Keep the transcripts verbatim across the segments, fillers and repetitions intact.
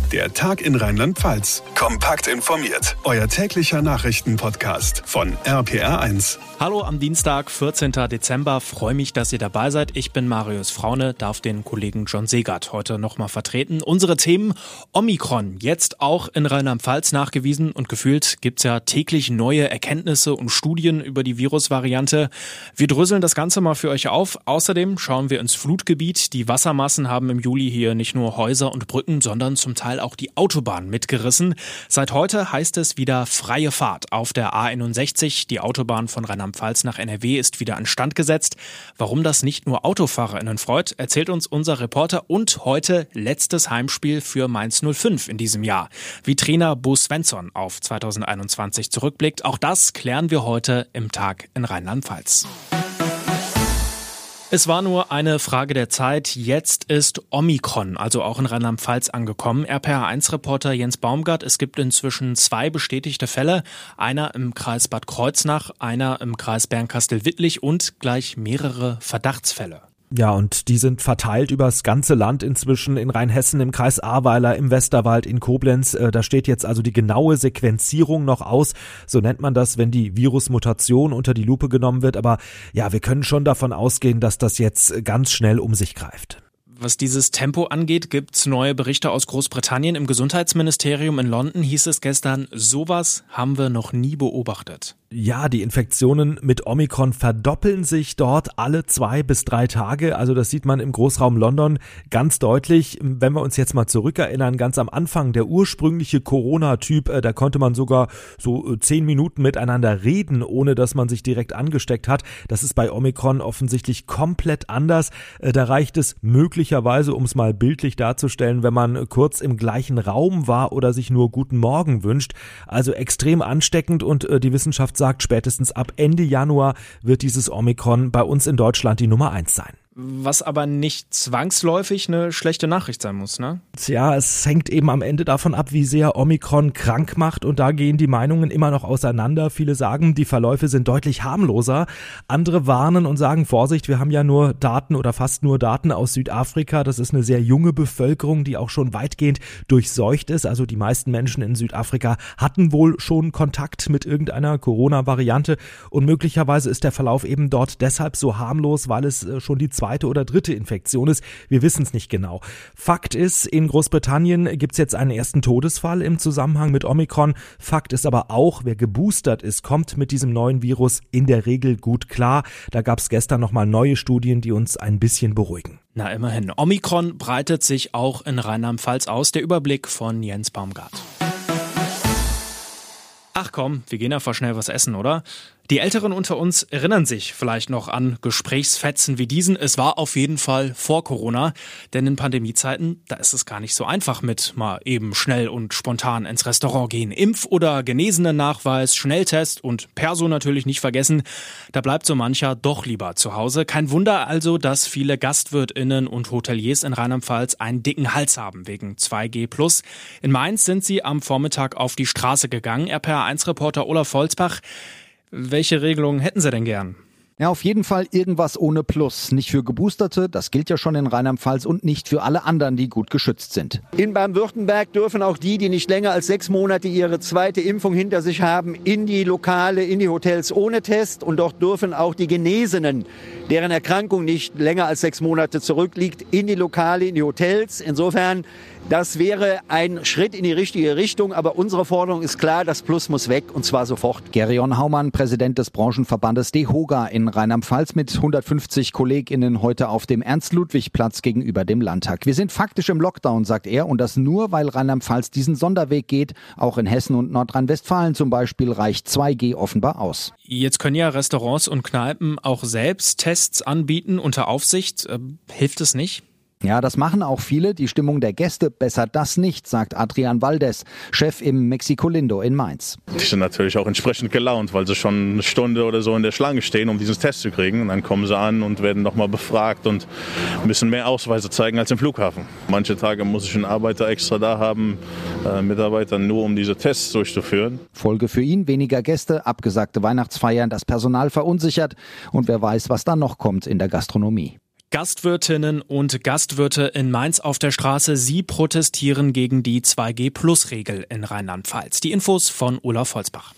Der Tag in Rheinland-Pfalz. Kompakt informiert. Euer täglicher Nachrichtenpodcast von R P R eins. Hallo am Dienstag, vierzehnten Dezember. Freue mich, dass ihr dabei seid. Ich bin Marius Fraune, darf den Kollegen John Segert heute nochmal vertreten. Unsere Themen: Omikron, jetzt auch in Rheinland-Pfalz nachgewiesen, und gefühlt gibt's ja täglich neue Erkenntnisse und Studien über die Virusvariante. Wir dröseln das Ganze mal für euch auf. Außerdem schauen wir ins Flutgebiet. Die Wassermassen haben im Juli hier nicht nur Häuser und Brücken, sondern zum Teil auch die Autobahn mitgerissen. Seit heute heißt es wieder freie Fahrt auf der A einundsechzig. Die Autobahn von Rheinland-Pfalz nach N R W ist wieder instand gesetzt. Warum das nicht nur AutofahrerInnen freut, erzählt uns unser Reporter. Und heute letztes Heimspiel für Mainz null fünf in diesem Jahr. Wie Trainer Bo Svensson auf zweitausendeinundzwanzig zurückblickt, auch das klären wir heute im Tag in Rheinland-Pfalz. Es war nur eine Frage der Zeit. Jetzt ist Omikron, also auch in Rheinland-Pfalz, angekommen. R P R eins Reporter Jens Baumgart, es gibt inzwischen zwei bestätigte Fälle. Einer im Kreis Bad Kreuznach, einer im Kreis Bernkastel-Wittlich und gleich mehrere Verdachtsfälle. Ja, und die sind verteilt übers ganze Land inzwischen, in Rheinhessen, im Kreis Ahrweiler, im Westerwald, in Koblenz. Da steht jetzt also die genaue Sequenzierung noch aus. So nennt man das, wenn die Virusmutation unter die Lupe genommen wird. Aber ja, wir können schon davon ausgehen, dass das jetzt ganz schnell um sich greift. Was dieses Tempo angeht, gibt's neue Berichte aus Großbritannien. Im Gesundheitsministerium in London hieß es gestern, sowas haben wir noch nie beobachtet. Ja, die Infektionen mit Omikron verdoppeln sich dort alle zwei bis drei Tage. Also das sieht man im Großraum London ganz deutlich. Wenn wir uns jetzt mal zurückerinnern, ganz am Anfang, der ursprüngliche Corona-Typ, da konnte man sogar so zehn Minuten miteinander reden, ohne dass man sich direkt angesteckt hat. Das ist bei Omikron offensichtlich komplett anders. Da reicht es möglicherweise, um es mal bildlich darzustellen, wenn man kurz im gleichen Raum war oder sich nur guten Morgen wünscht. Also extrem ansteckend, und die Wissenschaft sagt, spätestens ab Ende Januar wird dieses Omikron bei uns in Deutschland die Nummer eins sein. Was aber nicht zwangsläufig eine schlechte Nachricht sein muss, ne? Tja, es hängt eben am Ende davon ab, wie sehr Omikron krank macht, und da gehen die Meinungen immer noch auseinander. Viele sagen, die Verläufe sind deutlich harmloser. Andere warnen und sagen, Vorsicht, wir haben ja nur Daten oder fast nur Daten aus Südafrika. Das ist eine sehr junge Bevölkerung, die auch schon weitgehend durchseucht ist. Also die meisten Menschen in Südafrika hatten wohl schon Kontakt mit irgendeiner Corona-Variante, und möglicherweise ist der Verlauf eben dort deshalb so harmlos, weil es schon die zweite zweite oder dritte Infektion ist. Wir wissen es nicht genau. Fakt ist, in Großbritannien gibt es jetzt einen ersten Todesfall im Zusammenhang mit Omikron. Fakt ist aber auch, wer geboostert ist, kommt mit diesem neuen Virus in der Regel gut klar. Da gab es gestern nochmal neue Studien, die uns ein bisschen beruhigen. Na immerhin. Omikron breitet sich auch in Rheinland-Pfalz aus. Der Überblick von Jens Baumgart. Ach komm, wir gehen einfach schnell was essen, oder? Die Älteren unter uns erinnern sich vielleicht noch an Gesprächsfetzen wie diesen. Es war auf jeden Fall vor Corona, denn in Pandemiezeiten, da ist es gar nicht so einfach mit mal eben schnell und spontan ins Restaurant gehen. Impf- oder Genesenen-Nachweis, Schnelltest und Perso natürlich nicht vergessen. Da bleibt so mancher doch lieber zu Hause. Kein Wunder also, dass viele GastwirtInnen und Hoteliers in Rheinland-Pfalz einen dicken Hals haben wegen zwei G plus. In Mainz sind sie am Vormittag auf die Straße gegangen. R P R eins Reporter Olaf Volzbach. Welche Regelungen hätten Sie denn gern? Ja, auf jeden Fall irgendwas ohne Plus. Nicht für Geboosterte, das gilt ja schon in Rheinland-Pfalz, und nicht für alle anderen, die gut geschützt sind. In Baden-Württemberg dürfen auch die, die nicht länger als sechs Monate ihre zweite Impfung hinter sich haben, in die Lokale, in die Hotels ohne Test. Und dort dürfen auch die Genesenen, deren Erkrankung nicht länger als sechs Monate zurückliegt, in die Lokale, in die Hotels. Insofern, das wäre ein Schritt in die richtige Richtung. Aber unsere Forderung ist klar, das Plus muss weg, und zwar sofort. Gerion Haumann, Präsident des Branchenverbandes DEHOGA in Rheinland-Pfalz, mit hundertfünfzig KollegInnen heute auf dem Ernst-Ludwig-Platz gegenüber dem Landtag. Wir sind faktisch im Lockdown, sagt er, und das nur, weil Rheinland-Pfalz diesen Sonderweg geht. Auch in Hessen und Nordrhein-Westfalen zum Beispiel reicht zwei G offenbar aus. Jetzt können ja Restaurants und Kneipen auch selbst Tests anbieten unter Aufsicht. Äh, hilft es nicht? Ja, das machen auch viele. Die Stimmung der Gäste bessert das nicht, sagt Adrian Valdez, Chef im Mexicolindo in Mainz. Die sind natürlich auch entsprechend gelaunt, weil sie schon eine Stunde oder so in der Schlange stehen, um diesen Test zu kriegen. Und dann kommen sie an und werden nochmal befragt und müssen mehr Ausweise zeigen als im Flughafen. Manche Tage muss ich einen Arbeiter extra da haben, äh, Mitarbeiter, nur um diese Tests durchzuführen. Folge für ihn: weniger Gäste, abgesagte Weihnachtsfeiern, das Personal verunsichert und wer weiß, was dann noch kommt in der Gastronomie. Gastwirtinnen und Gastwirte in Mainz auf der Straße. Sie protestieren gegen die zwei G Plus Regel in Rheinland-Pfalz. Die Infos von Olaf Holzbach.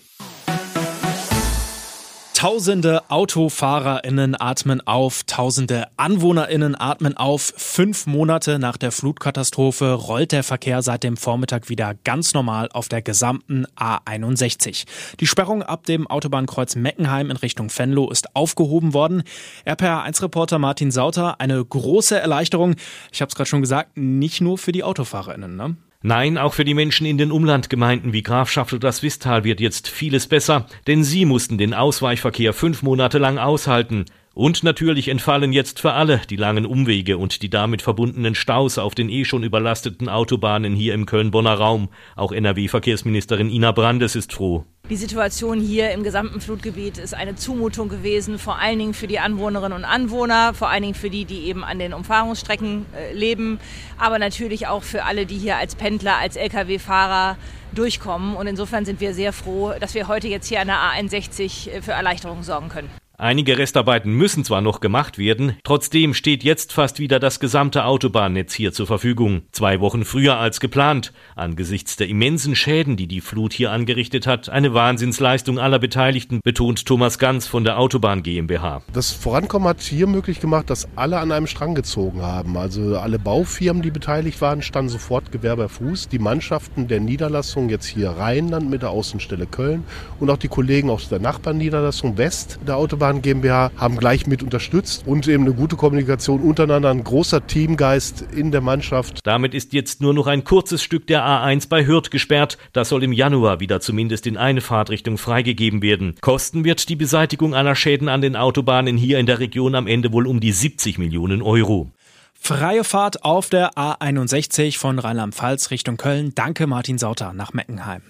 Tausende AutofahrerInnen atmen auf, tausende AnwohnerInnen atmen auf. Fünf Monate nach der Flutkatastrophe rollt der Verkehr seit dem Vormittag wieder ganz normal auf der gesamten A einundsechzig. Die Sperrung ab dem Autobahnkreuz Meckenheim in Richtung Venlo ist aufgehoben worden. R P R eins Reporter Martin Sauter, eine große Erleichterung. Ich habe es gerade schon gesagt, nicht nur für die AutofahrerInnen, ne? Nein, auch für die Menschen in den Umlandgemeinden wie Grafschaft oder Swisttal wird jetzt vieles besser, denn sie mussten den Ausweichverkehr fünf Monate lang aushalten. Und natürlich entfallen jetzt für alle die langen Umwege und die damit verbundenen Staus auf den eh schon überlasteten Autobahnen hier im Köln-Bonner Raum. Auch N R W-Verkehrsministerin Ina Brandes ist froh. Die Situation hier im gesamten Flutgebiet ist eine Zumutung gewesen, vor allen Dingen für die Anwohnerinnen und Anwohner, vor allen Dingen für die, die eben an den Umfahrungsstrecken äh, leben, aber natürlich auch für alle, die hier als Pendler, als L K W-Fahrer durchkommen. Und insofern sind wir sehr froh, dass wir heute jetzt hier an der A einundsechzig für Erleichterung sorgen können. Einige Restarbeiten müssen zwar noch gemacht werden, trotzdem steht jetzt fast wieder das gesamte Autobahnnetz hier zur Verfügung. Zwei Wochen früher als geplant. Angesichts der immensen Schäden, die die Flut hier angerichtet hat, eine Wahnsinnsleistung aller Beteiligten, betont Thomas Ganz von der Autobahn GmbH. Das Vorankommen hat hier möglich gemacht, dass alle an einem Strang gezogen haben. Also alle Baufirmen, die beteiligt waren, standen sofort Gewehr bei Fuß. Die Mannschaften der Niederlassung jetzt hier Rheinland mit der Außenstelle Köln und auch die Kollegen aus der Nachbarniederlassung West der Autobahn GmbH haben gleich mit unterstützt und eben eine gute Kommunikation untereinander, ein großer Teamgeist in der Mannschaft. Damit ist jetzt nur noch ein kurzes Stück der A eins bei Hürth gesperrt. Das soll im Januar wieder zumindest in eine Fahrtrichtung freigegeben werden. Kosten wird die Beseitigung aller Schäden an den Autobahnen hier in der Region am Ende wohl um die siebzig Millionen Euro. Freie Fahrt auf der A einundsechzig von Rheinland-Pfalz Richtung Köln. Danke Martin Sauter nach Meckenheim.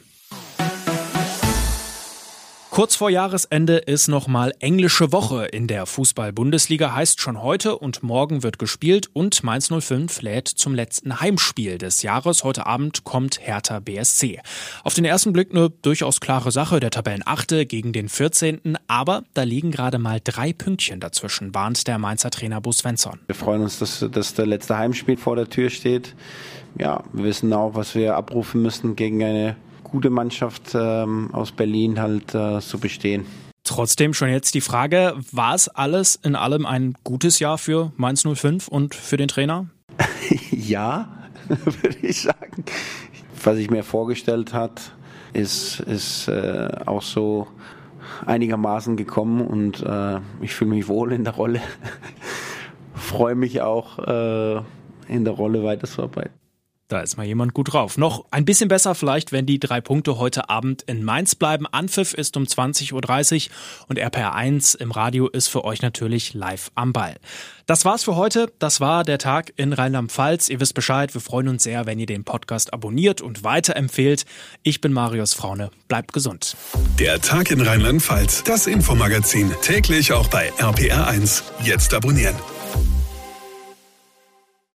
Kurz vor Jahresende ist nochmal englische Woche in der Fußball-Bundesliga, heißt schon heute und morgen wird gespielt und Mainz null fünf lädt zum letzten Heimspiel des Jahres. Heute Abend kommt Hertha B S C. Auf den ersten Blick eine durchaus klare Sache, der Tabellenachte gegen den vierzehnten Aber da liegen gerade mal drei Pünktchen dazwischen, warnt der Mainzer Trainer Bo Svensson. Wir freuen uns, dass, dass der letzte Heimspiel vor der Tür steht. Ja, wir wissen auch, was wir abrufen müssen gegen eine gute Mannschaft ähm, aus Berlin halt äh, zu bestehen. Trotzdem schon jetzt die Frage, war es alles in allem ein gutes Jahr für Mainz null fünf und für den Trainer? Ja, würde ich sagen. Was ich mir vorgestellt hat, ist, ist äh, auch so einigermaßen gekommen und äh, ich fühle mich wohl in der Rolle. Freue mich auch, äh, in der Rolle weiterzuarbeiten. Da ist mal jemand gut drauf. Noch ein bisschen besser vielleicht, wenn die drei Punkte heute Abend in Mainz bleiben. Anpfiff ist um zwanzig Uhr dreißig und R P R eins im Radio ist für euch natürlich live am Ball. Das war's für heute. Das war der Tag in Rheinland-Pfalz. Ihr wisst Bescheid. Wir freuen uns sehr, wenn ihr den Podcast abonniert und weiterempfehlt. Ich bin Marius Fraune. Bleibt gesund. Der Tag in Rheinland-Pfalz. Das Infomagazin. Täglich auch bei R P R eins. Jetzt abonnieren.